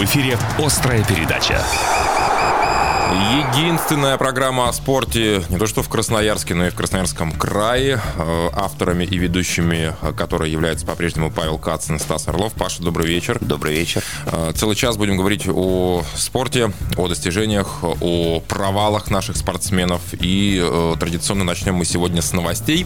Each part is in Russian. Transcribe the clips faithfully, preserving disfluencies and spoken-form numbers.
эфире «Острая передача». Единственная программа о спорте не то что в Красноярске, но и в Красноярском крае. Авторами и ведущими которой являются по-прежнему Павел Кацин и Стас Орлов. Паша, добрый вечер. Добрый вечер. Целый час будем говорить о спорте, о достижениях, о провалах наших спортсменов. И традиционно начнем мы сегодня с новостей.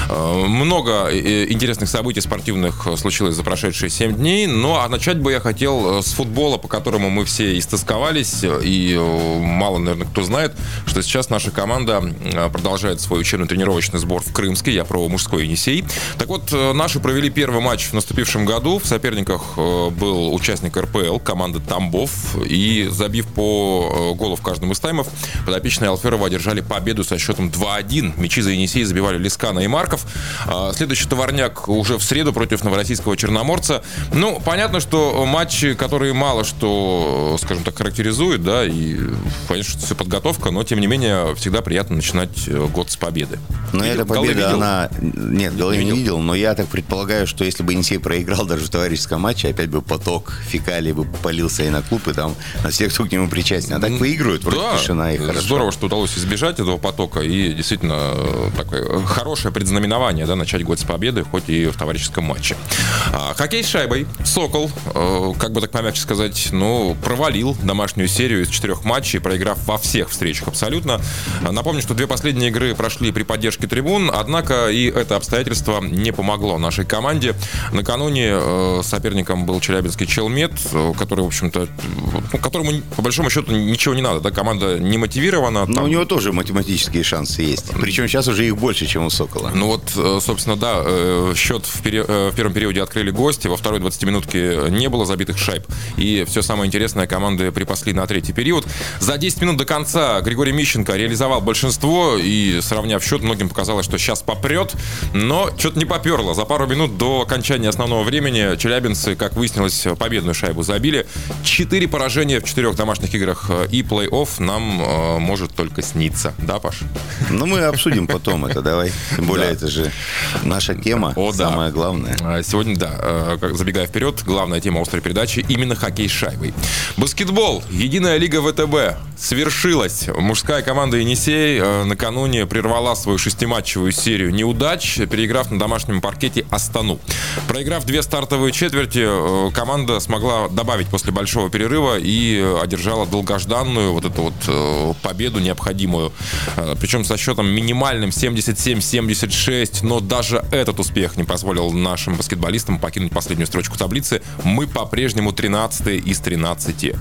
Много интересных событий спортивных случилось за прошедшие семь дней. Ну, а начать бы я хотел с футбола, по которому мы все истосковались. И мало наверное, кто знает, что сейчас наша команда продолжает свой учебно-тренировочный сбор в Крымске. Я про мужской Енисей. Так вот, наши провели первый матч в наступившем году. В соперниках был участник эр пэ эл, команда Тамбов. И забив по голу в каждом из таймов, подопечные Алферова одержали победу со счетом два один. Мячи за Енисей забивали Лискана и Марков. Следующий товарняк уже в среду против новороссийского Черноморца. Ну, понятно, что матчи, которые мало что, скажем так, характеризуют, да, и понятно, что все подготовка, но, тем не менее, всегда приятно начинать год с победы. Но эта победа, она... Нет, голы не видел, но я так предполагаю, что если бы Енисей проиграл даже в товарищеском матче, опять бы поток фекалий бы полился и на клуб, и там на всех, кто к нему причастен. А так выигрывают, вроде да, тишина и хорошо. Здорово, что удалось избежать этого потока, и действительно такое хорошее предзнаменование, да, начать год с победы, хоть и в товарищеском матче. А, хоккей с шайбой. «Сокол», э, как бы так помягче сказать, ну, провалил домашнюю серию из четырех матчей, проиграв во всех встречах абсолютно. Напомню, что две последние игры прошли при поддержке трибун, однако и это обстоятельство не помогло нашей команде. Накануне э, соперником был челябинский Челмет, который, в общем-то, ну, которому, по большому счету, ничего не надо. Да? Команда не мотивирована. Но там... у него тоже математические шансы есть. Причем сейчас уже их больше, чем у «Сокола». Ну вот, собственно, да, счет в, пере... в первом периоде открыли гости, во второй двадцатиминутке не было забитых шайб. И все самое интересное команды припасли на третий период. За десять минут до конца Григорий Мищенко реализовал большинство, и, сравняв счет, многим показалось, что сейчас попрет, но что-то не поперло. За пару минут до окончания основного времени челябинцы, как выяснилось, победную шайбу забили. Четыре поражения в четырех домашних играх, и плей-офф нам э, может только сниться. Да, Паш? Ну, мы обсудим потом это, давай. Тем более, это же наша тема, О, да. самое главное. Сегодня, да, забегая вперед, главная тема острой передачи — именно хоккей с шайбой. Баскетбол. Единая лига вэ тэ бэ свершилась. Мужская команда «Енисей» накануне прервала свою шестиматчевую серию неудач, переиграв на домашнем паркете Астану. Проиграв две стартовые четверти, команда смогла добавить после большого перерыва и одержала долгожданную вот эту вот победу необходимую. Причем со счетом минимальным семьдесят семь семьдесят шесть, но даже этот успех не позволил нашим баскетболистам покинуть последнюю строчку таблицы. Мы по-прежнему тринадцатые из тринадцати.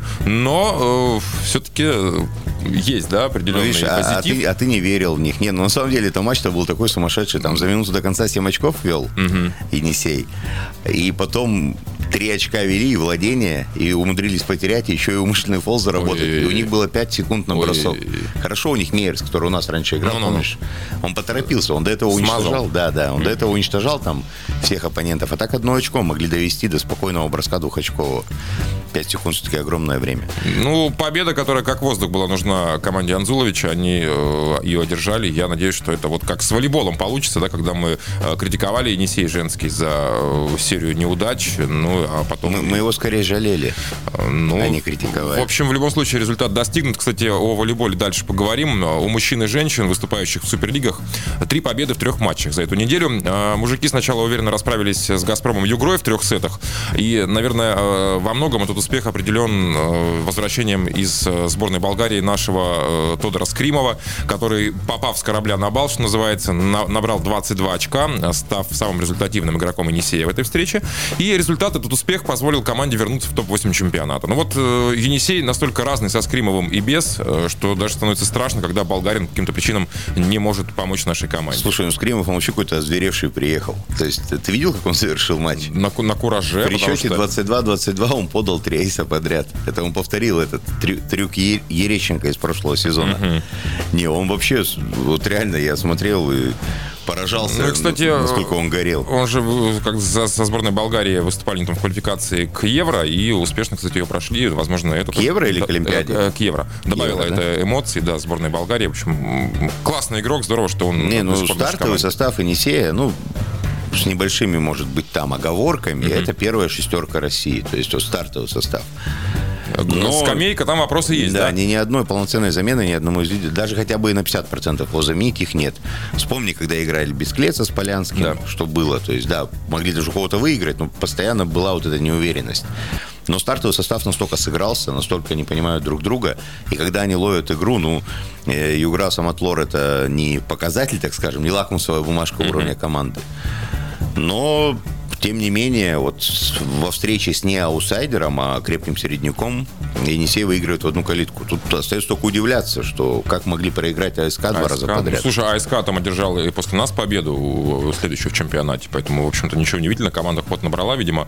Но э, все-таки есть, да, определенный ну, видишь, позитив. А, а, ты, а ты не верил в них. Нет, ну на самом деле, это матч-то был такой сумасшедший. Там за минуту до конца семь очков вел угу. Енисей. И потом три очка вели и владение, и умудрились потерять, и еще и умышленный фол заработать. Ой-ой-ой. И у них было пять секунд на бросок. Ой-ой-ой. Хорошо у них Мейерс, который у нас раньше играл, ну, помнишь? Ну. Он поторопился, он до этого Смазал. уничтожал. Да, да, он mm. до этого уничтожал там всех оппонентов. А так одно очко могли довести до спокойного броска двухочкового. Пять секунд все-таки огромное время. Ну, победа, которая как воздух была нужна команде Анзуловича, они э, ее одержали. Я надеюсь, что это вот как с волейболом получится, да, когда мы э, критиковали Енисей женский за э, серию неудач, ну, а потом... Мы, мы его скорее жалели, ну, а не критиковали. В общем, в любом случае результат достигнут. Кстати, о волейболе дальше поговорим. У мужчин и женщин, выступающих в суперлигах, три победы в трех матчах за эту неделю. Э, мужики сначала уверенно расправились с «Газпромом» Югрой в трех сетах. И, наверное, э, во многом этот успех определен возвращением из сборной Болгарии нашего Тодора Скримова, который, попав с корабля на бал, что называется, набрал двадцать два очка, став самым результативным игроком Енисея в этой встрече. И результат, этот успех, позволил команде вернуться в топ восемь чемпионата. Ну вот Енисей настолько разный со Скримовым и без, что даже становится страшно, когда болгарин по каким-то причинам не может помочь нашей команде. Слушай, ну Скримов, он вообще какой-то озверевший приехал. То есть ты видел, как он совершил матч? На, на кураже. При счете что... двадцать два двадцать два он подал три эйса подряд. Это он повторил этот трю- трюк Е- Ерещенко из прошлого сезона. Uh-huh. Не, он вообще, вот реально, я смотрел и поражался, ну, и, кстати, насколько он горел. Он же как со сборной Болгарии выступали там в квалификации к Евро, и успешно, кстати, ее прошли. Возможно, это... К Евро или к Олимпиаде? К Евро. Добавила Евро, это да? эмоции, да, сборной Болгарии. В общем, классный игрок, здорово, что он... Не, ну, стартовый состав Енисея, ну, с небольшими, может быть, там оговорками, mm-hmm. это первая шестерка России, то есть вот стартовый состав. Но... Скамейка, там вопросы есть, да? Да, ни, ни одной полноценной замены, ни одному из людей, даже хотя бы и на пятьдесят процентов его заменить их нет. Вспомни, когда играли без Клеца с Полянским, да. что было. То есть, да, могли даже у кого-то выиграть, но постоянно была вот эта неуверенность. Но стартовый состав настолько сыгрался, настолько они понимают друг друга. И когда они ловят игру, ну, Югра Самотлор — это не показатель, так скажем, не лакмусовая бумажка mm-hmm. уровня команды. Но, тем не менее, вот во встрече с не аутсайдером, а крепким середняком, Енисей выигрывает в одну калитку. Тут остается только удивляться, что как могли проиграть АСК два раза подряд. Ну, слушай, АСК там одержал и после нас победу следующую в чемпионате, поэтому, в общем-то, ничего удивительного. Команда ход набрала, видимо.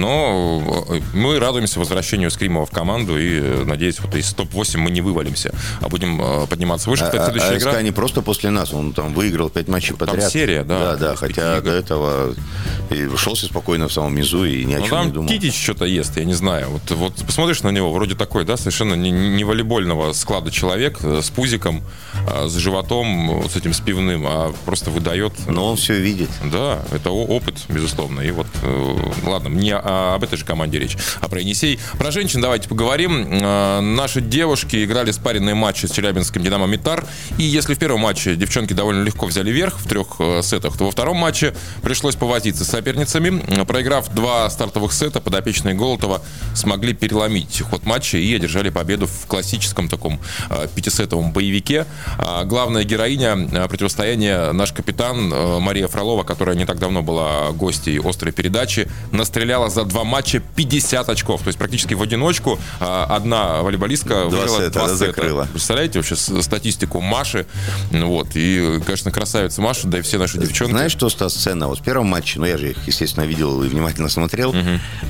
Но мы радуемся возвращению Скримова в команду и, надеюсь, вот из топ восемь мы не вывалимся, а будем подниматься выше. Кстати, следующая а, игра... АСК не просто после нас, он там выиграл пять матчей подряд. Там серия, да. Да, да, хотя до этого шел спокойно в самом низу и ни о ну, чем там не думал. Титич что-то ест, я не знаю. Вот, вот посмотришь на него, вроде такой, да, совершенно не, не волейбольного склада человек, с пузиком, с животом, с этим спивным, а просто выдает. Но он все видит. Да, это опыт, безусловно. И вот, ладно, не об этой же команде речь, а про Енисей. Про женщин давайте поговорим. Наши девушки играли спаренные матчи с челябинским «Динамо Митар». И если в первом матче девчонки довольно легко взяли верх в трех сетах, то во втором матче пришлось повозиться с соперницами. Проиграв два стартовых сета, подопечные Голотова смогли переломить ход матча и одержали победу в классическом таком э, пятисетовом боевике. А главная героиня э, противостояния, наш капитан э, Мария Фролова, которая не так давно была гостьей «Острой передачи», настреляла за два матча пятьдесят очков. То есть практически в одиночку э, одна волейболистка выиграла два сета. Закрыла. Представляете вообще статистику Маши? Вот. И, конечно, красавица Маша, да и все наши девчонки. Знаешь, что, Стас, ценно? Вот в первом матче, ну я же их, естественно, видел и внимательно смотрел. Угу.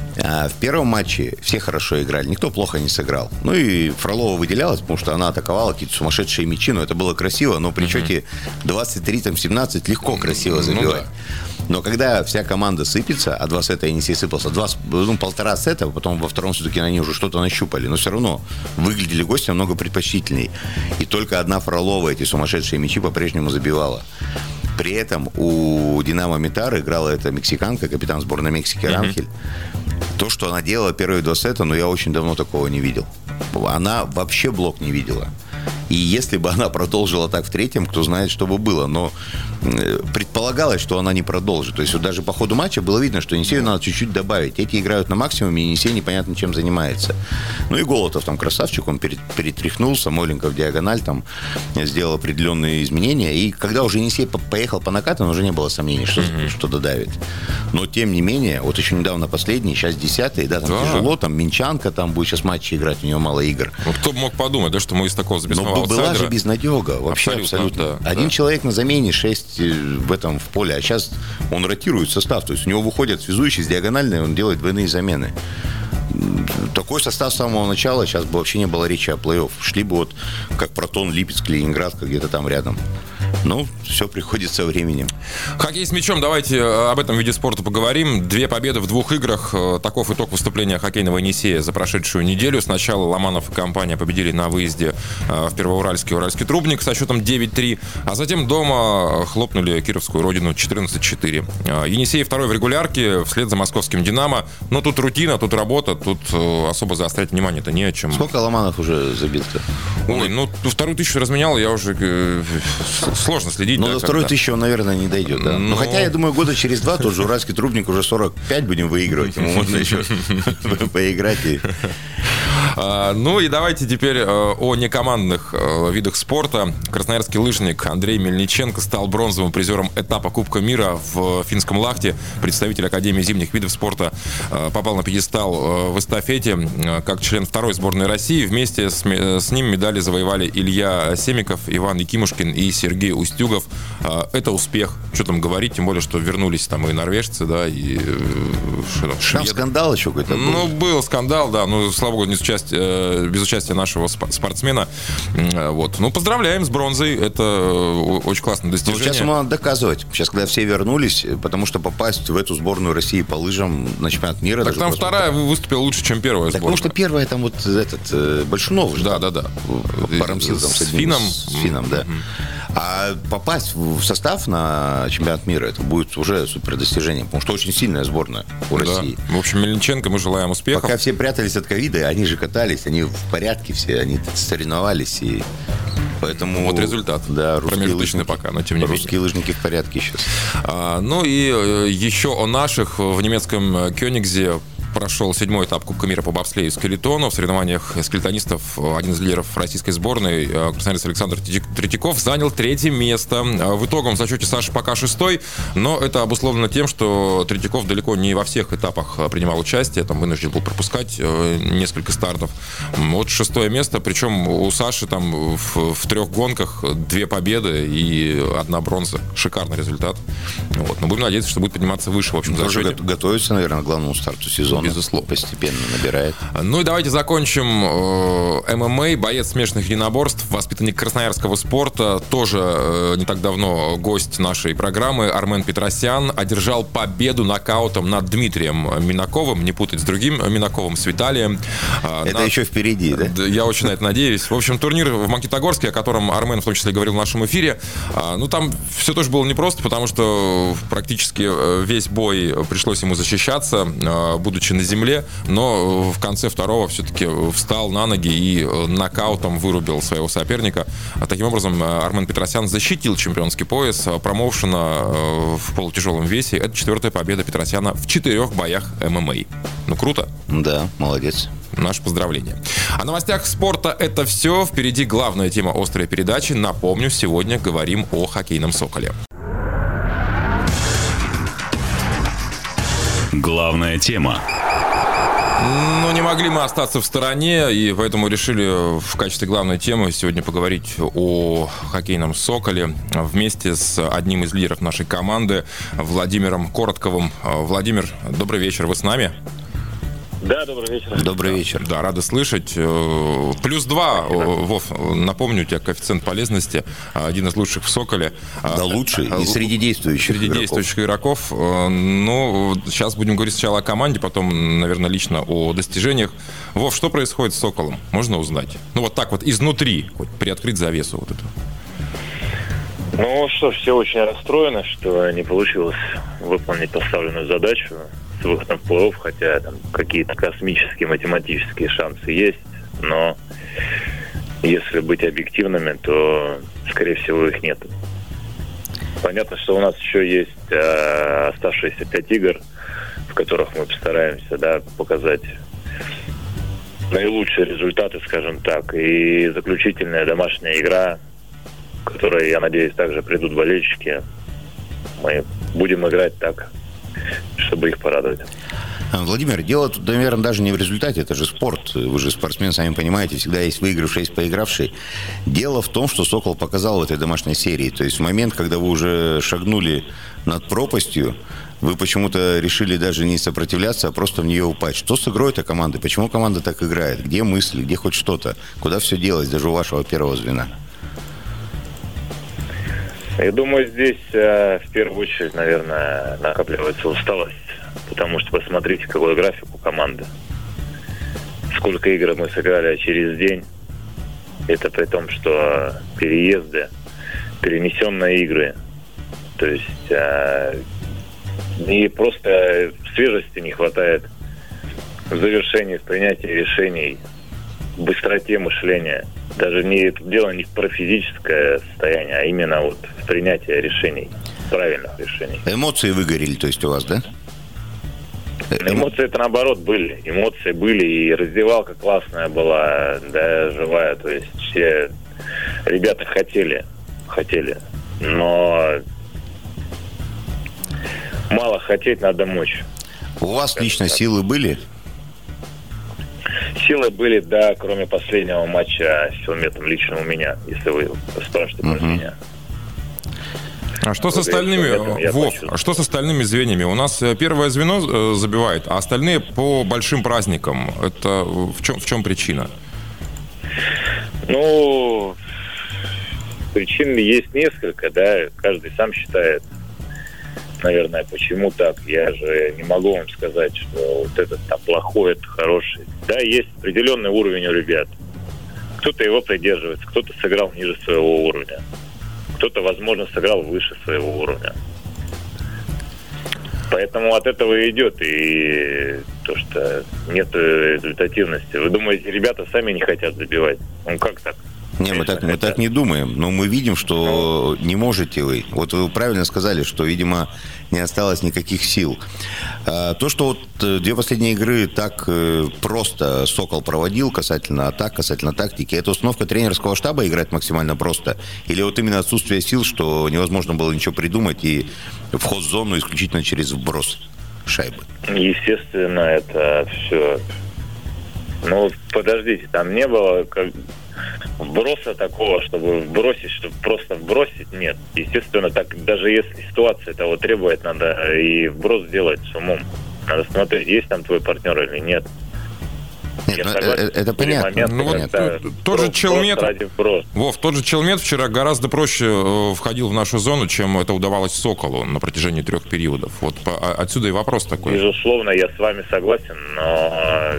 А в первом матче все хорошо играли, никто плохо не сыграл. Ну и Фролова выделялась, потому что она атаковала какие-то сумасшедшие мячи, но это было красиво, но при счете двадцать три семнадцать легко красиво забивать. Ну, да. Но когда вся команда сыпется, а два сета Енисей сыпался, два, ну, полтора сета, потом во втором все-таки они уже что-то нащупали, но все равно выглядели гости намного предпочтительней. И только одна Фролова эти сумасшедшие мячи по-прежнему забивала. При этом у «Динамо Митар» играла эта мексиканка, капитан сборной Мексики Ранхель. Mm-hmm. То, что она делала первые два сета, ну, я очень давно такого не видел. Она вообще блок не видела. И если бы она продолжила так в третьем, кто знает, что бы было. Но предполагалось, что она не продолжит. То есть вот даже по ходу матча было видно, что Енисею надо чуть-чуть добавить. Эти играют на максимуме, и Енисей непонятно чем занимается. Ну и Голотов там красавчик, он перетряхнул, Самойленко в диагональ там сделал определенные изменения. И когда уже Енисей поехал по накатам, уже не было сомнений, что, mm-hmm. что додавит. Но тем не менее, вот еще недавно последний, сейчас десятый, да, там да. тяжело, там Минчанка там будет сейчас матчи играть, у нее мало игр. Вот кто бы мог подумать, да, что мы из такого записного Но была же безнадега, вообще абсолютно. абсолютно. Да, Один да. человек на замене, шесть в этом в поле, а сейчас он ротирует состав, то есть у него выходят связующие с диагональной, он делает двойные замены. Такой состав с самого начала, сейчас бы вообще не было речи о плей-офф. Шли бы вот как Протон, Липецк, Ленинград, где-то там рядом. Ну, все приходит со временем. Хоккей с мячом, давайте об этом виде спорта поговорим. Две победы в двух играх. Таков итог выступления хоккейного Енисея за прошедшую неделю. Сначала Ломанов и компания победили на выезде в Первоуральский Уральский Трубник со счетом девять три, а затем дома хлопнули кировскую родину четырнадцать четыре. Енисей второй в регулярке, вслед за московским «Динамо». Но тут рутина, тут работа, тут особо заострять внимание-то не о чем. Сколько Ломанов уже забил-то? Ой, ну, вторую тысячу разменял, я уже... Сложно следить. Но да, до второй когда... тысячи он, наверное, не дойдет. Да? Но... Но хотя, я думаю, года через два тот же Уральский Трубник уже сорок пять будем выигрывать. Ему можно еще поиграть. Ну и давайте теперь о некомандных видах спорта. Красноярский лыжник Андрей Мельниченко стал бронзовым призером этапа Кубка мира в финском Лахте. Представитель Академии зимних видов спорта попал на пьедестал в эстафете как член второй сборной России. Вместе с, с ним медали завоевали Илья Семиков, Иван Якимушкин и Сергей Устюгов. Это успех. Что там говорить, тем более, что вернулись там и норвежцы, да, и там, там скандал еще какой-то был. Ну, был скандал, да, ну, слава богу, не с участия, без участия нашего спортсмена. Вот. Ну, поздравляем с бронзой. Это очень классное достижение. Ну, сейчас ему надо доказывать. Сейчас, когда все вернулись, потому что попасть в эту сборную России по лыжам на чемпионат мира... Так там просто... вторая выступила лучше, чем первая так сборная. Потому что первая там вот этот Большунов. Да, да, да. Порамсил там с, с Фином. С Фином, да. А попасть в состав на чемпионат мира, это будет уже супер достижением, потому что очень сильная сборная у Да. России. В общем, Мельниченко мы желаем успехов. Пока все прятались от ковида, они же катались, они в порядке все, они соревновались, и поэтому... Вот результат. Да, русские Промежуточный лыжники, пока, но тем не русские менее. лыжники в порядке сейчас. А, ну и э, еще о наших. В немецком Кёнигсе прошел седьмой этап Кубка мира по бобслею и скелетону. В соревнованиях скелетонистов один из лидеров российской сборной, красноярец Александр Третьяков, занял третье место. В итоговом зачете Саша пока шестой, но это обусловлено тем, что Третьяков далеко не во всех этапах принимал участие, там вынужден был пропускать несколько стартов. Вот шестое место, причем у Саши там в, в трех гонках две победы и одна бронза. Шикарный результат. Вот. Но будем надеяться, что будет подниматься выше в общем Тоже зачете. готовится, наверное, к главному старту сезона. Безусловно. Постепенно набирает. Ну и давайте закончим э, ММА. Боец смешанных единоборств, воспитанник красноярского спорта, тоже э, не так давно гость нашей программы, Армен Петросян, одержал победу нокаутом над Дмитрием Минаковым, не путать с другим Минаковым, с Виталием. Э, Это на... еще впереди, да? Я очень на это надеюсь. В общем, турнир в Магнитогорске, о котором Армен в том числе говорил в нашем эфире, э, ну там все тоже было непросто, потому что практически весь бой пришлось ему защищаться, э, будучи на земле, но в конце второго все-таки встал на ноги и нокаутом вырубил своего соперника. Таким образом, Армен Петросян защитил чемпионский пояс промоушена в полутяжелом весе. Это четвертая победа Петросяна в четырех боях ММА. Ну, круто. Да, молодец. Наше поздравление. О новостях спорта это все. Впереди главная тема острой передачи. Напомню, сегодня говорим о хоккейном «Соколе». Главная тема. Ну, не могли мы остаться в стороне, и поэтому решили в качестве главной темы сегодня поговорить о хоккейном «Соколе» вместе с одним из лидеров нашей команды, Владимиром Коротковым. Владимир, добрый вечер, вы с нами? Да, добрый вечер. Добрый вечер. Да, рады слышать. Плюс два, Вов, напомню, у тебя коэффициент полезности, один из лучших в «Соколе». Да, лучший. И среди действующих Среди игроков. действующих игроков. Ну, сейчас будем говорить сначала о команде, потом, наверное, лично о достижениях. Вов, что происходит с «Соколом»? Можно узнать? Ну, вот так вот, изнутри, хоть приоткрыть завесу вот эту. Ну что ж, все очень расстроены, что не получилось выполнить поставленную задачу с выходом в плей-офф, хотя там какие-то космические математические шансы есть, но если быть объективными, то, скорее всего, их нет. Понятно, что у нас еще есть э, оставшиеся пять игр, в которых мы постараемся, да, показать наилучшие результаты, скажем так, и заключительная домашняя игра, в которой, я надеюсь, также придут болельщики. Мы будем играть так, чтобы их порадовать. Владимир, дело тут, наверное, даже не в результате, это же спорт. Вы же спортсмен, сами понимаете, всегда есть выигравший, есть проигравший. Дело в том, что «Сокол» показал в этой домашней серии. То есть в момент, когда вы уже шагнули над пропастью, вы почему-то решили даже не сопротивляться, а просто в нее упасть. Что с игрой этой команды? Почему команда так играет? Где мысли? Где хоть что-то? Куда все делось, даже у вашего первого звена? Я думаю, здесь э, в первую очередь, наверное, накапливается усталость. Потому что посмотрите, какой график у команды. Сколько игр мы сыграли через день. Это при том, что переезды, перенесенные игры. То есть э, и просто свежести не хватает в завершении, в принятии решений, в быстроте мышления. Даже не, это дело не про физическое состояние, а именно вот в принятии решений, правильных решений. Эмоции выгорели, то есть у вас, да? Эмоции это наоборот были. Эмоции были, и раздевалка классная была, да, живая. То есть все ребята хотели, хотели. Но мало хотеть, надо мочь. У вас лично силы были? Силы были, да, кроме последнего матча с Филметом лично у меня, если вы спрашиваете про Uh-huh. меня. А что с Вот остальными, я- я Вов, почувствовал. а что с остальными звеньями? У нас первое звено забивает, а остальные по большим праздникам. Это в чем, в чем причина? Ну, причин есть несколько, да, каждый сам считает, наверное, почему так. Я же не могу вам сказать, что вот этот там плохой, это хороший. Да, есть определенный уровень у ребят. Кто-то его придерживается, кто-то сыграл ниже своего уровня. Кто-то, возможно, сыграл выше своего уровня. Поэтому от этого и идет и то, что нет результативности. Вы думаете, ребята сами не хотят забивать? Ну как так? Не, мы так, мы так не думаем, но мы видим, что не можете вы. Вот вы правильно сказали, что, видимо, не осталось никаких сил. А, то, что вот две последние игры так просто «Сокол» проводил касательно атак, касательно тактики, это установка тренерского штаба играть максимально просто? Или вот именно отсутствие сил, что невозможно было ничего придумать и вход в зону исключительно через вброс шайбы? Естественно, это все... Ну, подождите, там не было... как вброса такого, чтобы вбросить, чтобы просто вбросить, нет. Естественно, так даже если ситуация того требует, надо и вброс делать с умом. Надо смотреть, есть там твой партнер или нет. Нет, ну, согласен, это, это понятно. Моменты, ну, вот, тот же Челмет, Вов, тот же Челмет вчера гораздо проще входил в нашу зону, чем это удавалось Соколу на протяжении трех периодов. Вот по, отсюда и вопрос такой. Безусловно, я с вами согласен, но...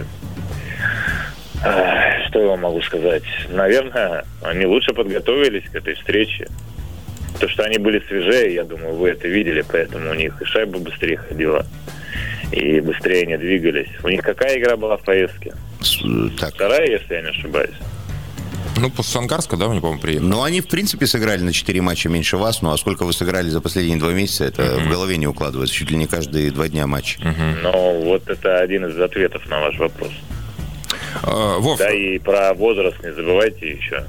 Что я вам могу сказать? Наверное, они лучше подготовились к этой встрече. То, что они были свежее, я думаю, вы это видели, поэтому у них и шайба быстрее ходила, и быстрее они двигались. У них какая игра была в поездке? Так. Вторая, если я не ошибаюсь. Ну, после Санкарска, да, они, по-моему, приехали. Ну, они, в принципе, сыграли на четыре матча меньше вас. Ну, а сколько вы сыграли за последние два месяца, это uh-huh. в голове не укладывается. Чуть ли не каждые два дня матч. Uh-huh. Ну, вот это один из ответов на ваш вопрос. Uh, Вов. Да, и про возраст не забывайте еще.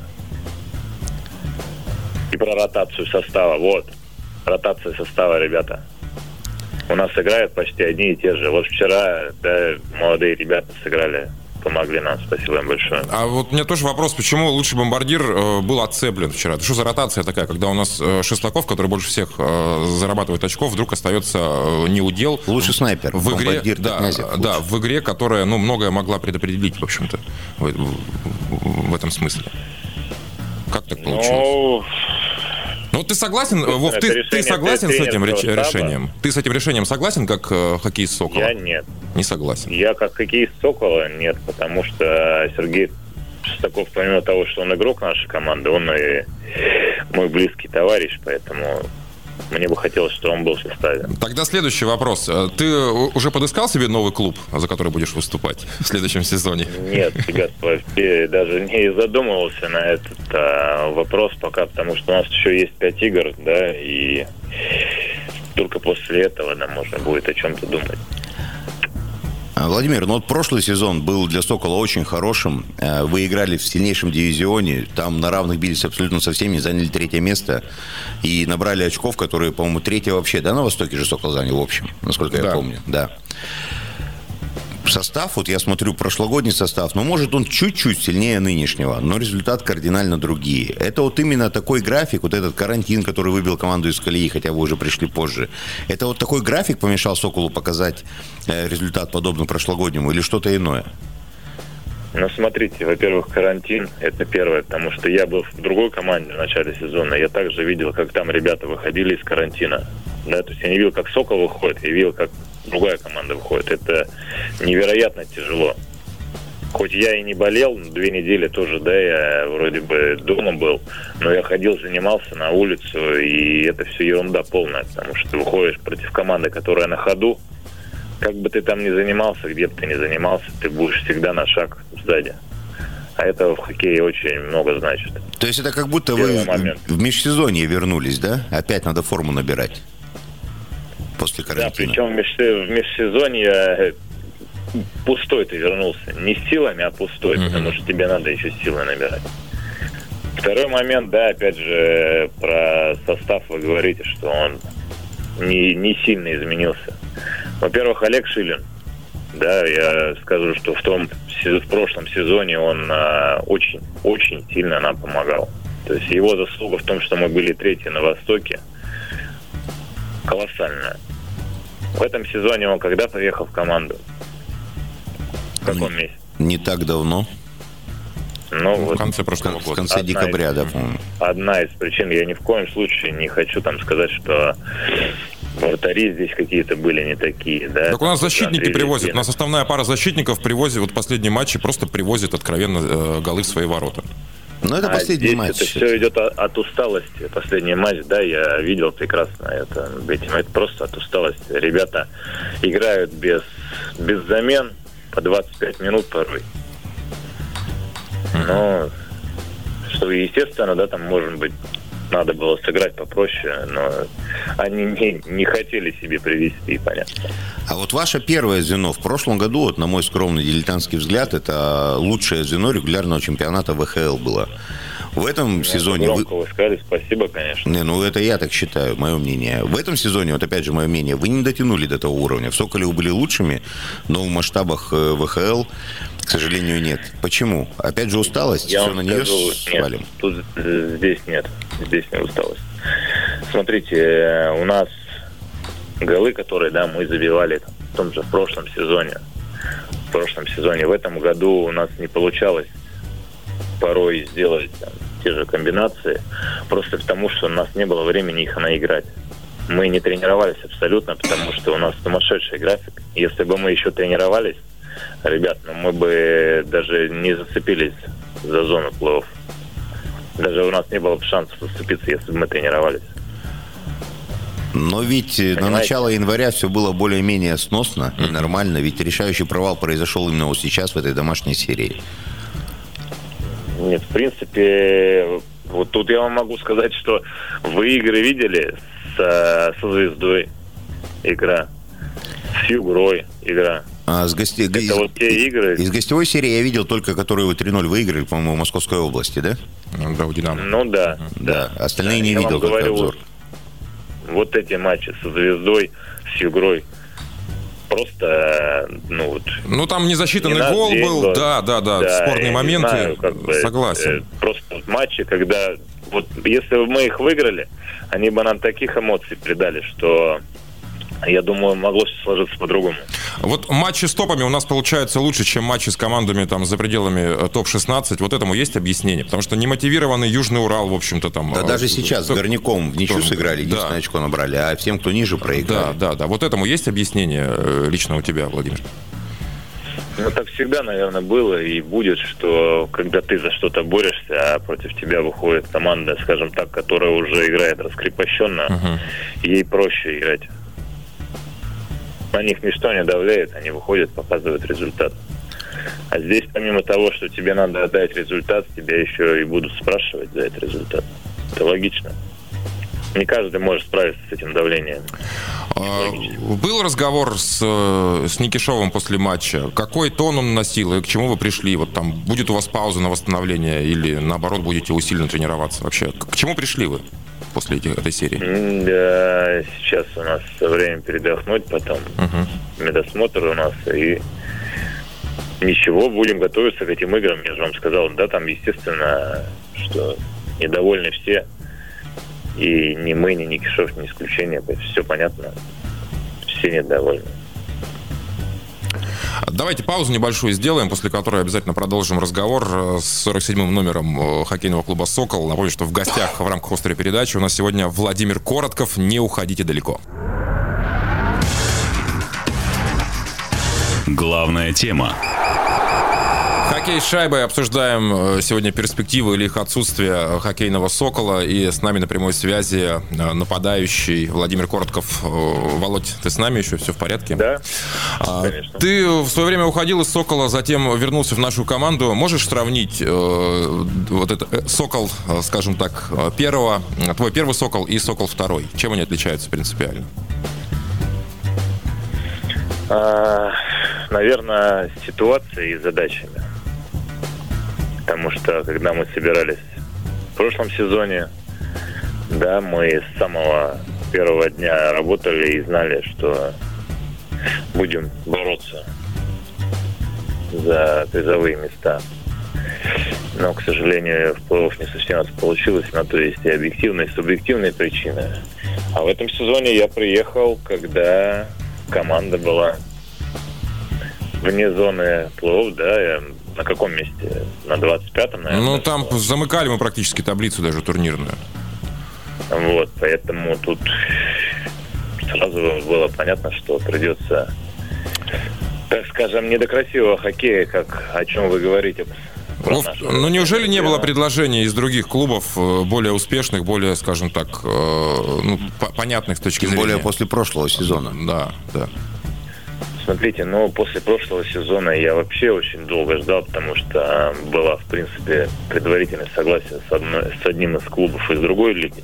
И про ротацию состава. Вот. Ротация состава, ребята. У нас играют почти одни и те же. Вот вчера, да, молодые ребята сыграли, помогли нам. Спасибо им большое. А вот у меня тоже вопрос, почему лучший бомбардир э, был отцеплен вчера? Что за ротация такая, когда у нас э, Шестаков, который больше всех э, зарабатывает очков, вдруг остается э, неудел? Лучший снайпер. В игре, бомбардир, да, Князев, да, в игре, которая, ну, многое могла предопределить, в общем-то, в, в, в этом смысле. Как так получилось? Ну... Ну, ты согласен, Вов, ты, ты согласен с этим решением? Ты с этим решением согласен, как э, хоккеист Сокола? Я нет. Не согласен. Я как хоккеист Сокола нет, потому что Сергей Шестаков, помимо того, что он игрок нашей команды, он и мой близкий товарищ, поэтому мне бы хотелось, чтобы он был в составе. Тогда следующий вопрос. Ты уже подыскал себе новый клуб, за который будешь выступать в следующем сезоне? Нет, ребят, вообще даже не задумывался на этот а, вопрос пока, потому что у нас еще есть пять игр, да, и только после этого нам можно будет о чем-то думать. Владимир, ну вот прошлый сезон был для Сокола очень хорошим. Вы играли в сильнейшем дивизионе. Там на равных бились абсолютно со всеми, заняли третье место. И набрали очков, которые, по-моему, третье вообще. Да, на Востоке же Сокол занял, в общем, насколько да. я помню. Да. Состав, вот я смотрю прошлогодний состав, но может он чуть-чуть сильнее нынешнего, но результат кардинально другие. Это вот именно такой график, вот этот карантин, который выбил команду из колеи, хотя вы уже пришли позже. Это вот такой график помешал Соколу показать результат подобный прошлогоднему или что-то иное? Ну, смотрите, во-первых, карантин, это первое, потому что я был в другой команде в начале сезона, я также видел, как там ребята выходили из карантина. Да, то есть я не видел, как Сокол выходит, я видел, как другая команда выходит. Это невероятно тяжело. Хоть я и не болел, две недели тоже, да, я вроде бы дома был, но я ходил, занимался на улицу, и это все ерунда полная, потому что ты выходишь против команды, которая на ходу. Как бы ты там ни занимался, где бы ты ни занимался, ты будешь всегда на шаг сзади. А это в хоккее очень много значит. То есть это как будто вы момент. в межсезонье вернулись, да? Опять надо форму набирать после карантина. Да, причем в межсезонье пустой ты вернулся. Не с силами, а пустой, uh-huh. потому что тебе надо еще силы набирать. Второй момент, да, опять же, про состав вы говорите, что он не, не сильно изменился. Во-первых, Олег Шилин. Да, я скажу, что в том в прошлом сезоне он а, очень, очень сильно нам помогал. То есть его заслуга в том, что мы были третьи на Востоке, колоссальная. В этом сезоне он когда приехал в команду? В каком не, месяце? Не так давно. Ну, в вот, конце прошлого года. В конце одна декабря, из, да, по-моему. Одна из причин, я ни в коем случае не хочу там сказать, что вратари здесь какие-то были не такие, да. Так у нас защитники Андрей привозят. Литвин. У нас основная пара защитников привозит, вот последние матчи просто привозит откровенно э, голы в свои ворота. Но это последний здесь матч. Это все идет от, от усталости. Последний матч, да, я видел прекрасно это. Это просто от усталости. Ребята играют без, без замен по двадцать пять минут порой. Но, что естественно, да, там, может быть, надо было сыграть попроще, но они не, не хотели себе привести, понятно. А вот ваше первое звено в прошлом году, вот, на мой скромный дилетантский взгляд, это лучшее звено регулярного чемпионата вэ ха эл было. В этом ну, сезоне... Громко вы... вы сказали, спасибо, конечно. Не, ну это я так считаю, мое мнение. В этом сезоне, вот опять же мое мнение, вы не дотянули до того уровня. В Соколе вы были лучшими, но в масштабах вэ ха эл, к сожалению, нет. Почему? Опять же усталость? Я Все на нее скажу, свалим? Нет, тут здесь нет. Здесь не усталость. Смотрите, у нас голы, которые, да, мы забивали в том же в прошлом сезоне. В прошлом сезоне. В этом году у нас не получалось порой сделать там те же комбинации, просто потому, что у нас не было времени их наиграть. Мы не тренировались абсолютно, потому что у нас сумасшедший график. Если бы мы еще тренировались, ребят, ну мы бы даже не зацепились за зону плей-офф. Даже у нас не было бы шансов зацепиться, если бы мы тренировались. Но ведь Понимаете? на начало января все было более-менее сносно и нормально, ведь решающий провал произошел именно вот сейчас в этой домашней серии. Нет, в принципе, вот тут я вам могу сказать, что вы игры видели с, со «Звездой» игра, с «Югрой» игра. А с гости... Это из... вот те игры... Из гостевой серии я видел только, которую вы три ноль выиграли, по-моему, в Московской области, да? Да, у «Динамо». Ну да. Да, да. Остальные да, не я видел, только говорю, обзор. Вот эти матчи со «Звездой», с «Югрой», просто, ну вот... Ну, там незасчитанный гол был, был, да, да, да, да спорные моменты, знаю, как бы, Э, согласен. просто матчи, когда, вот, если бы мы их выиграли, они бы нам таких эмоций придали, что, я думаю, могло сложиться по-другому. Вот матчи с топами у нас получаются лучше, чем матчи с командами там за пределами топ шестнадцать. Вот этому есть объяснение? Потому что немотивированный Южный Урал, в общем-то, там... Да, даже сейчас топ... с Горняком в ничью сыграли, единственное да. очко набрали, а всем, кто ниже, проиграли. Да, да, да. Вот этому есть объяснение лично у тебя, Владимир? Ну, так всегда, наверное, было и будет, что когда ты за что-то борешься, а против тебя выходит команда, скажем так, которая уже играет раскрепощенно, uh-huh. ей проще играть. На них ничто не давляет, они выходят, показывают результат. А здесь, помимо того, что тебе надо отдать результат, тебя еще и будут спрашивать за этот результат. Это логично. Не каждый может справиться с этим давлением. А, был разговор с, с Никишовым после матча. Какой тон он носил и к чему вы пришли? Вот там будет у вас пауза на восстановление или наоборот будете усиленно тренироваться? Вообще, к чему пришли вы после этой серии? Да, сейчас у нас время передохнуть, потом uh-huh. медосмотр у нас, и ничего, будем готовиться к этим играм. Я же вам сказал, да, там, естественно, что недовольны все, и ни мы, ни Никишов, не исключение, все понятно, все недовольны. Давайте паузу небольшую сделаем, после которой обязательно продолжим разговор с сорок седьмым номером хоккейного клуба «Сокол». Напомню, что в гостях в рамках «Острой передачи» у нас сегодня Владимир Коротков. Не уходите далеко. Главная тема. Хоккей с шайбой. Обсуждаем сегодня перспективы или их отсутствие хоккейного «Сокола». И с нами на прямой связи нападающий Владимир Коротков. Володь, ты с нами еще? Все в порядке? Да, конечно. Ты в свое время уходил из «Сокола», затем вернулся в нашу команду. Можешь сравнить э, вот это «Сокол», скажем так, первого, твой первый «Сокол» и «Сокол» второй? Чем они отличаются принципиально? А, наверное, ситуацией и задачами. Потому что, когда мы собирались в прошлом сезоне, да, мы с самого первого дня работали и знали, что будем бороться за призовые места. Но, к сожалению, в плей-офф не совсем это получилось, на то есть и объективные, и субъективные причины. А в этом сезоне я приехал, когда команда была вне зоны плей-офф, да, я на каком месте? На двадцать пятом, наверное. Ну, там что? Замыкали мы практически таблицу даже турнирную. Вот, поэтому тут сразу было понятно, что придется, так скажем, не до красивого хоккея, как о чем вы говорите. Вов, ну неужели не было предложений из других клубов более успешных, более, скажем так, ну, понятных с точки Тем зрения? более после прошлого сезона. Да, да. Смотрите, ну, после прошлого сезона я вообще очень долго ждал, потому что была, в принципе, предварительное согласие с, одной, с одним из клубов из другой лиги.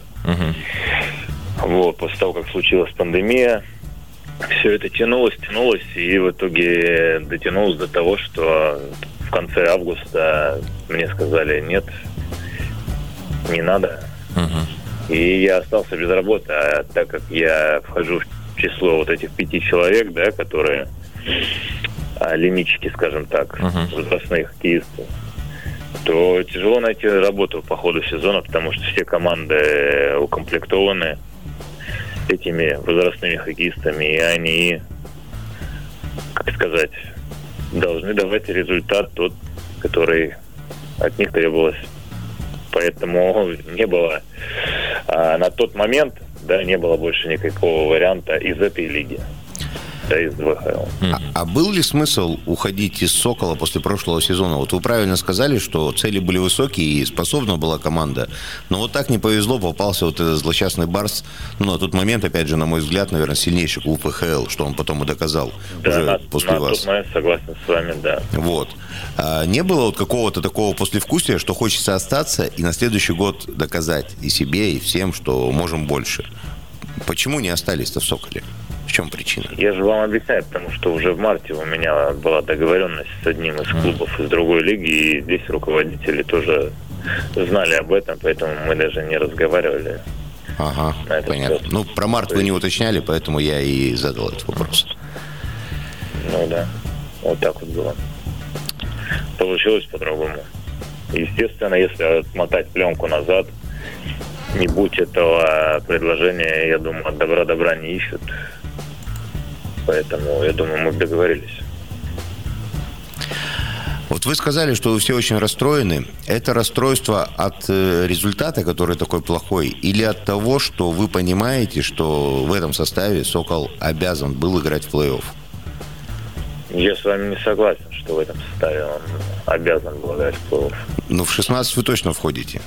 Угу. Вот, после того, как случилась пандемия, все это тянулось, тянулось, и в итоге дотянулось до того, что в конце августа мне сказали: нет, не надо. Угу. И я остался без работы, а так как я вхожу в число вот этих пяти человек, да, которые а, лимитчики, скажем так, uh-huh. возрастные хоккеисты, то тяжело найти работу по ходу сезона, потому что все команды укомплектованы этими возрастными хоккеистами, и они, как сказать, должны давать результат тот, который от них требовалось. Поэтому не было а, на тот момент, да, не было больше никакого варианта из этой лиги, да, из ВХЛ. А, а был ли смысл уходить из «Сокола» после прошлого сезона? Вот вы правильно сказали, что цели были высокие и способна была команда, но вот так не повезло, попался вот этот злосчастный «Барс». Ну, на тот момент, опять же, на мой взгляд, наверное, сильнейший клуб ВХЛ, что он потом и доказал, да, уже на, после на вас. На тот момент согласен с вами, да. Вот. А не было вот какого-то такого послевкусия, что хочется остаться и на следующий год доказать и себе, и всем, что можем больше? Почему не остались-то в «Соколе»? В чем причина? Я же вам объясняю, потому что уже в марте у меня была договоренность с одним из клубов из другой лиги, и здесь руководители тоже знали об этом, поэтому мы даже не разговаривали. Ага, понятно. Вопрос. Ну, про март вы не уточняли, поэтому я и задал этот вопрос. Ну да, вот так вот было. Получилось по-другому. Естественно, если отмотать пленку назад, не будь этого предложения, я думаю, от добра добра не ищут. Поэтому, я думаю, мы договорились. Вот вы сказали, что вы все очень расстроены. Это расстройство от э, результата, который такой плохой, или от того, что вы понимаете, что в этом составе «Сокол» обязан был играть в плей-офф? Я с вами не согласен, что в этом составе он обязан был играть в плей-офф. Ну, в шестнадцать вы точно входите.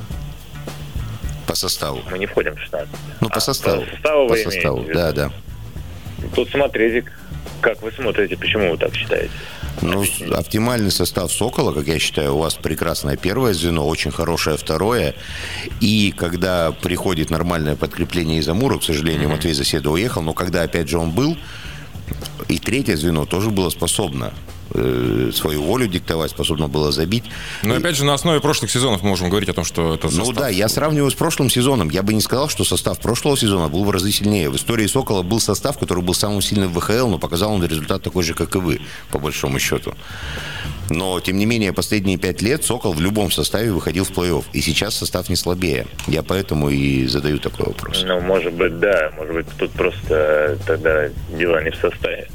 По составу. Мы не входим в шестнадцать. Ну, по а, составу. По составу по вы составу, имеете, да, да. Тут смотрите, как вы смотрите, почему вы так считаете. Ну, оптимальный состав «Сокола», как я считаю, у вас прекрасное первое звено, очень хорошее второе. И когда приходит нормальное подкрепление из Амура, к сожалению, Матвей Заседа уехал, но когда, опять же, он был, и третье звено тоже было способно э, свою волю диктовать, способно было забить. Но, и... опять же, на основе прошлых сезонов мы можем говорить о том, что это состав... Ну да, я сравниваю с прошлым сезоном. Я бы не сказал, что состав прошлого сезона был в разы сильнее. В истории «Сокола» был состав, который был самым сильным в ВХЛ, но показал он результат такой же, как и вы, по большому счету. Но, тем не менее, последние пять лет «Сокол» в любом составе выходил в плей-офф. И сейчас состав не слабее. Я поэтому и задаю такой вопрос. Ну, может быть, да. Может быть, тут просто тогда дело не в составе.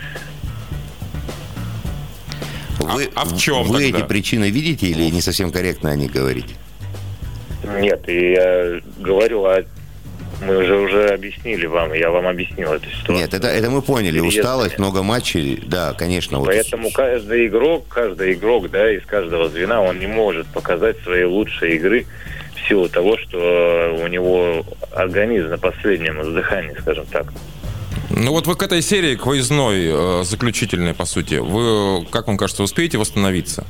Вы, а, а в чем вы тогда? эти причины видите или не совсем корректно о них говорите? Нет, и я говорю, а мы уже уже объяснили вам, я вам объяснил эту ситуацию. Нет, это, это мы поняли. Усталость, много матчей, да, конечно. Вот. Поэтому каждый игрок, каждый игрок, да, из каждого звена, он не может показать свои лучшие игры в силу того, что у него организм на последнем издыхании, скажем так. Ну вот вы к этой серии, к выездной, заключительной, по сути, вы, как вам кажется, успеете восстановиться?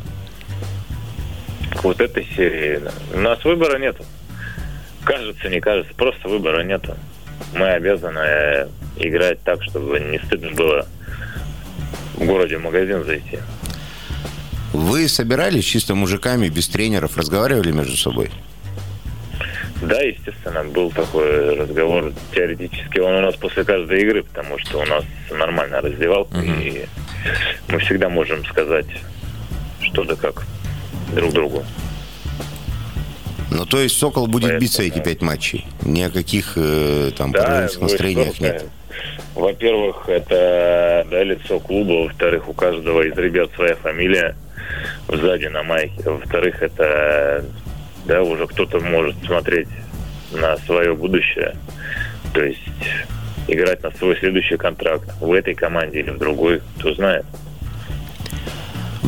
К вот этой серии у нас выбора нету. Кажется, не кажется, просто выбора нету. Мы обязаны играть так, чтобы не стыдно было в городе в магазин зайти. Вы собирались чисто мужиками, без тренеров, разговаривали между собой? Да, естественно, был такой разговор. Теоретически он у нас после каждой игры, потому что у нас нормальная раздевалка, uh-huh. и мы всегда можем сказать что да как друг другу. Ну, то есть «Сокол» будет Поэтому... биться эти пять матчей? Ни о каких э, там да, проблемных настроениях сколько... нет? Во-первых, это да, лицо клуба. Во-вторых, у каждого из ребят своя фамилия сзади на майке. Во-вторых, это... Да, уже кто-то может смотреть на свое будущее. То есть играть на свой следующий контракт в этой команде или в другой, кто знает. Вы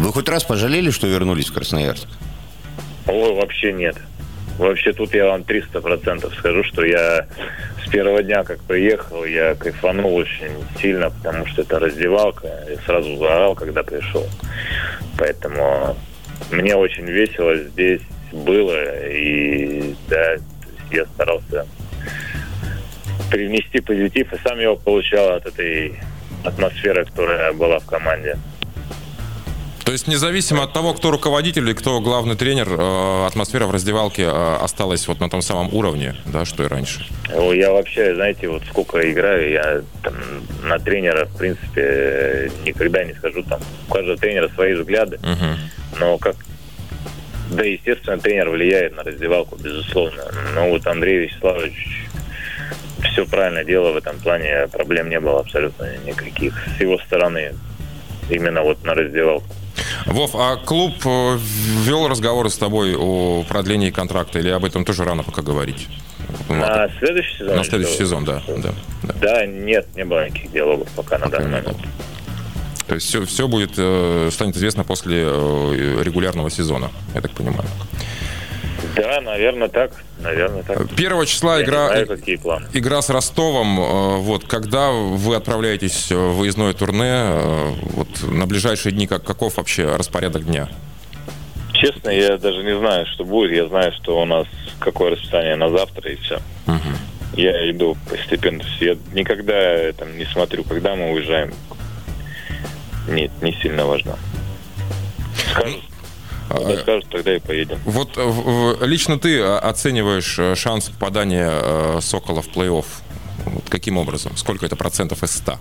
Вы хоть раз пожалели, что вернулись в Красноярск? Ой, вообще нет. Вообще тут я вам триста процентов скажу, что я с первого дня, как приехал, я кайфанул очень сильно, потому что это раздевалка. Я сразу заорал, когда пришел. Поэтому мне очень весело здесь было. И да, я старался привнести позитив, и сам его получал от этой атмосферы, которая была в команде. То есть независимо от того, кто руководитель и кто главный тренер, атмосфера в раздевалке осталась вот на том самом уровне, да, что и раньше? Я вообще, знаете, вот сколько играю, я там, на тренера, в принципе, никогда не скажу, там, у каждого тренера свои взгляды, uh-huh. но как, да, естественно, тренер влияет на раздевалку, безусловно, но вот Андрей Вячеславович все правильно делал в этом плане, проблем не было абсолютно никаких с его стороны, именно вот на раздевалку. Вов, а клуб вел разговоры с тобой о продлении контракта или об этом тоже рано пока говорить? На следующий сезон? На следующий что? сезон, да, да, да. Да, нет, не было никаких диалогов пока на данный момент. То есть все, все будет, станет известно после регулярного сезона, я так понимаю. Да, наверное, так. Наверное, так. Первого числа я игра, знаю, какие планы. Игра с Ростовом. Вот, когда вы отправляетесь в выездное турне, вот, на ближайшие дни, как, каков вообще распорядок дня? Честно, я даже не знаю, что будет. Я знаю, что у нас какое расписание на завтра, и все. Угу. Я иду постепенно. Я никогда там, не смотрю, когда мы уезжаем. Нет, не сильно важно. Скажут. Когда скажут, тогда и поедем. Вот лично ты оцениваешь шанс попадания «Сокола» в плей-офф? Вот каким образом? Сколько это процентов из ста?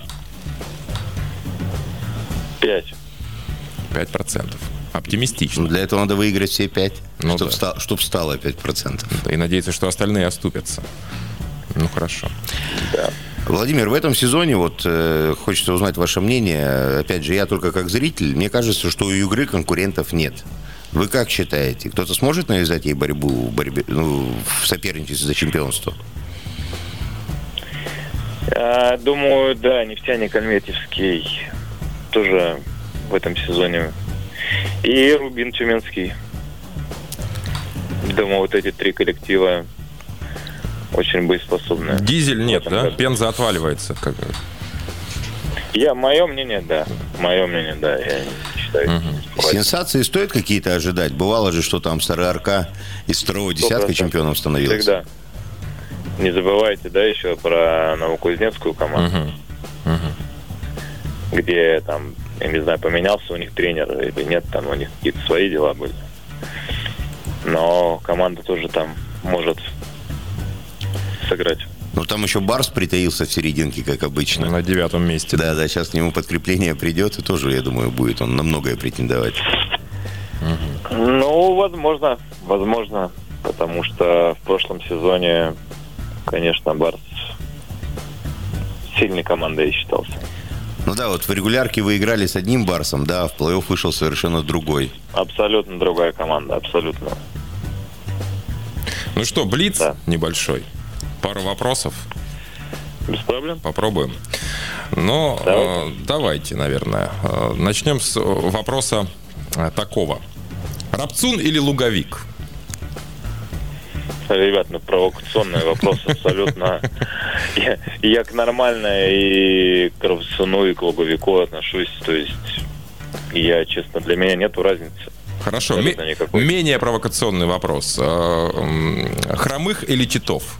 Пять. Пять процентов. Оптимистично. Ну, для этого надо выиграть все пять, ну, чтобы, да. ста- чтоб стало пять процентов. Да, и надеяться, что остальные оступятся. Ну, хорошо. Да. Владимир, в этом сезоне вот э, хочется узнать ваше мнение. Опять же, я только как зритель. Мне кажется, что у игры конкурентов нет. Вы как считаете? Кто-то сможет навязать ей борьбу в, борьбе, ну, в соперничестве за чемпионство? Я думаю, да, нефтяник Альметьевский тоже в этом сезоне. И Рубин Тюменский. Думаю, вот эти три коллектива очень боеспособные. Дизель нет, да? году. Пенза отваливается. Как... Я, мое мнение, да. Мое мнение, да. Я не считаю. Угу. Сенсации стоит какие-то ожидать? Бывало же, что там Старый Арка из второго десятка чемпионом становился. Всегда. Не забывайте, да, еще про Новокузнецкую команду. Угу. Угу. Где там, я не знаю, поменялся у них тренер или нет, там у них какие-то свои дела были. Но команда тоже там может сыграть. Ну, там еще Барс притаился в серединке, как обычно. На девятом месте. Да, да, сейчас к нему подкрепление придет, и тоже, я думаю, будет он на многое претендовать. Угу. Ну, возможно, возможно, потому что в прошлом сезоне, конечно, Барс сильной командой считался. Ну да, вот в регулярке вы играли с одним Барсом, да, а в плей-офф вышел совершенно другой. Абсолютно другая команда, абсолютно. Ну что, блиц да. небольшой. Пару вопросов. Без проблем. Попробуем. Ну, давайте. э, давайте, наверное. Э, начнем с вопроса э, такого. Рапцун или луговик? Ребят, ну провокационный вопрос абсолютно. Я, я к нормальной и к Рапцуну, и к луговику отношусь. То есть, я, честно, для меня нету разницы. Хорошо. М- менее провокационный вопрос. Хромых или Титов?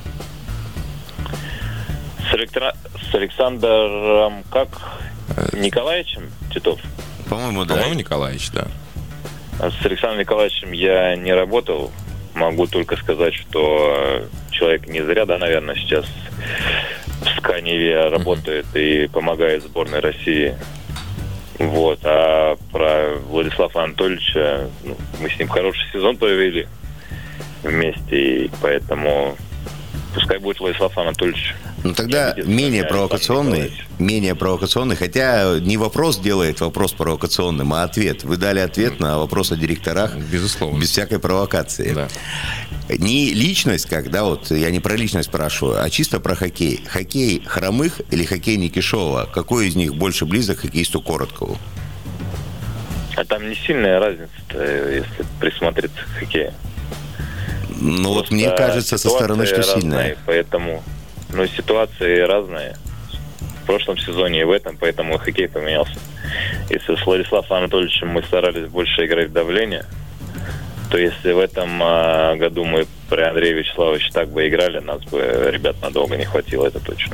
С, электро... с Александром как? Николаевичем Титов? По-моему, да. По-моему, Николаевич, да. С Александром Николаевичем я не работал. Могу только сказать, что человек не зря, да, наверное, сейчас в Сканеве работает uh-huh. и помогает сборной России. Вот. А про Владислава Анатольевича, ну, мы с ним хороший сезон провели вместе, и поэтому пускай будет Владислав Анатольевич. Ну тогда менее провокационный, менее провокационный, хотя не вопрос делает вопрос провокационным, а ответ. Вы дали ответ на вопрос о директорах. Безусловно. Без всякой провокации. Да. Не личность, когда вот я не про личность спрашиваю, а чисто про хоккей. Хоккей Хромых или хоккей Никишова? Какой из них больше близок к хоккеисту Короткову? А там не сильная разница, если присмотреться к хоккею. Ну вот мне кажется со стороны, что разные, сильная. Поэтому, ну, ситуации разные. В прошлом сезоне и в этом, поэтому хоккей поменялся. Если с Владиславом Анатольевичем мы старались больше играть в давление, то если в этом а, году мы при Андрея Вячеславовича так бы играли, нас бы ребят надолго не хватило, это точно.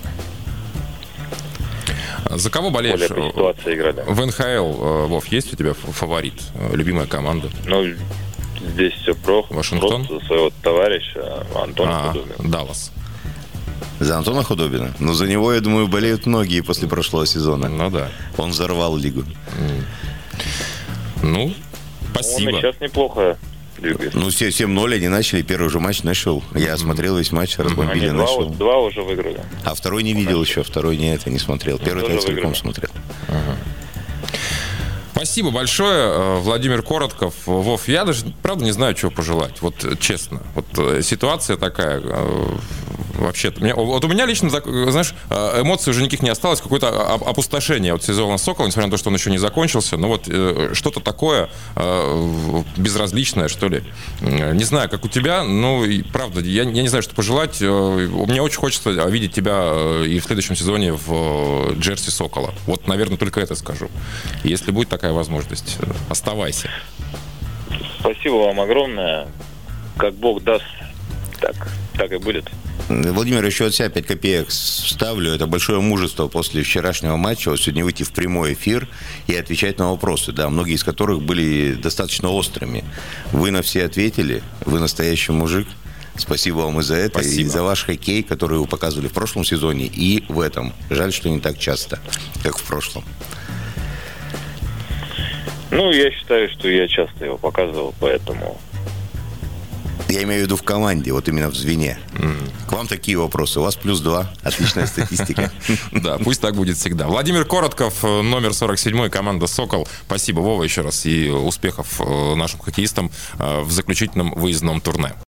За кого болеешь? Более по ситуации играли. В эн ха эл, Вов, есть у тебя фаворит, любимая команда? Ну, здесь все про Вашингтон? Просто своего товарища Антона А, Худобина. Даллас. За Антона Худобина? Ну, за него, я думаю, болеют многие после прошлого сезона. Ну да. Он взорвал лигу. Ну, Он спасибо. и сейчас неплохо двигается. Ну, семь ноль они начали, первый же матч нашел. Я смотрел весь матч, разбомбили, Они два, нашел. два уже выиграли. А второй не видел еще, второй не это не смотрел. Первый тоже я целиком выиграли. смотрел. Спасибо большое, Владимир Коротков. Вов, я даже, правда, не знаю, чего пожелать. Вот честно. Вот ситуация такая. Вообще-то, меня, вот у меня лично, знаешь, эмоций уже никаких не осталось, какое-то опустошение от сезона «Сокола», несмотря на то, что он еще не закончился, но вот что-то такое безразличное, что ли. Не знаю, как у тебя, ну, и, правда, я, я не знаю, что пожелать. Мне очень хочется видеть тебя и в следующем сезоне в джерси «Сокола». Вот, наверное, только это скажу. Если будет такая возможность, оставайся. Спасибо вам огромное. Как Бог даст, так, так и будет. Владимир, еще от себя пять копеек ставлю. Это большое мужество после вчерашнего матча вот сегодня выйти в прямой эфир и отвечать на вопросы, да, многие из которых были достаточно острыми. Вы на все ответили, вы настоящий мужик. Спасибо вам и за это, Спасибо. и за ваш хоккей, который вы показывали в прошлом сезоне и в этом. Жаль, что не так часто, как в прошлом. Ну, я считаю, что я часто его показывал, поэтому... Я имею в виду в команде, вот именно в звене. К вам такие вопросы. У вас плюс два. Отличная статистика. Да, пусть так будет всегда. Владимир Коротков, номер сорок семь, команда «Сокол». Спасибо, Вова, еще раз. И успехов нашим хоккеистам в заключительном выездном турне.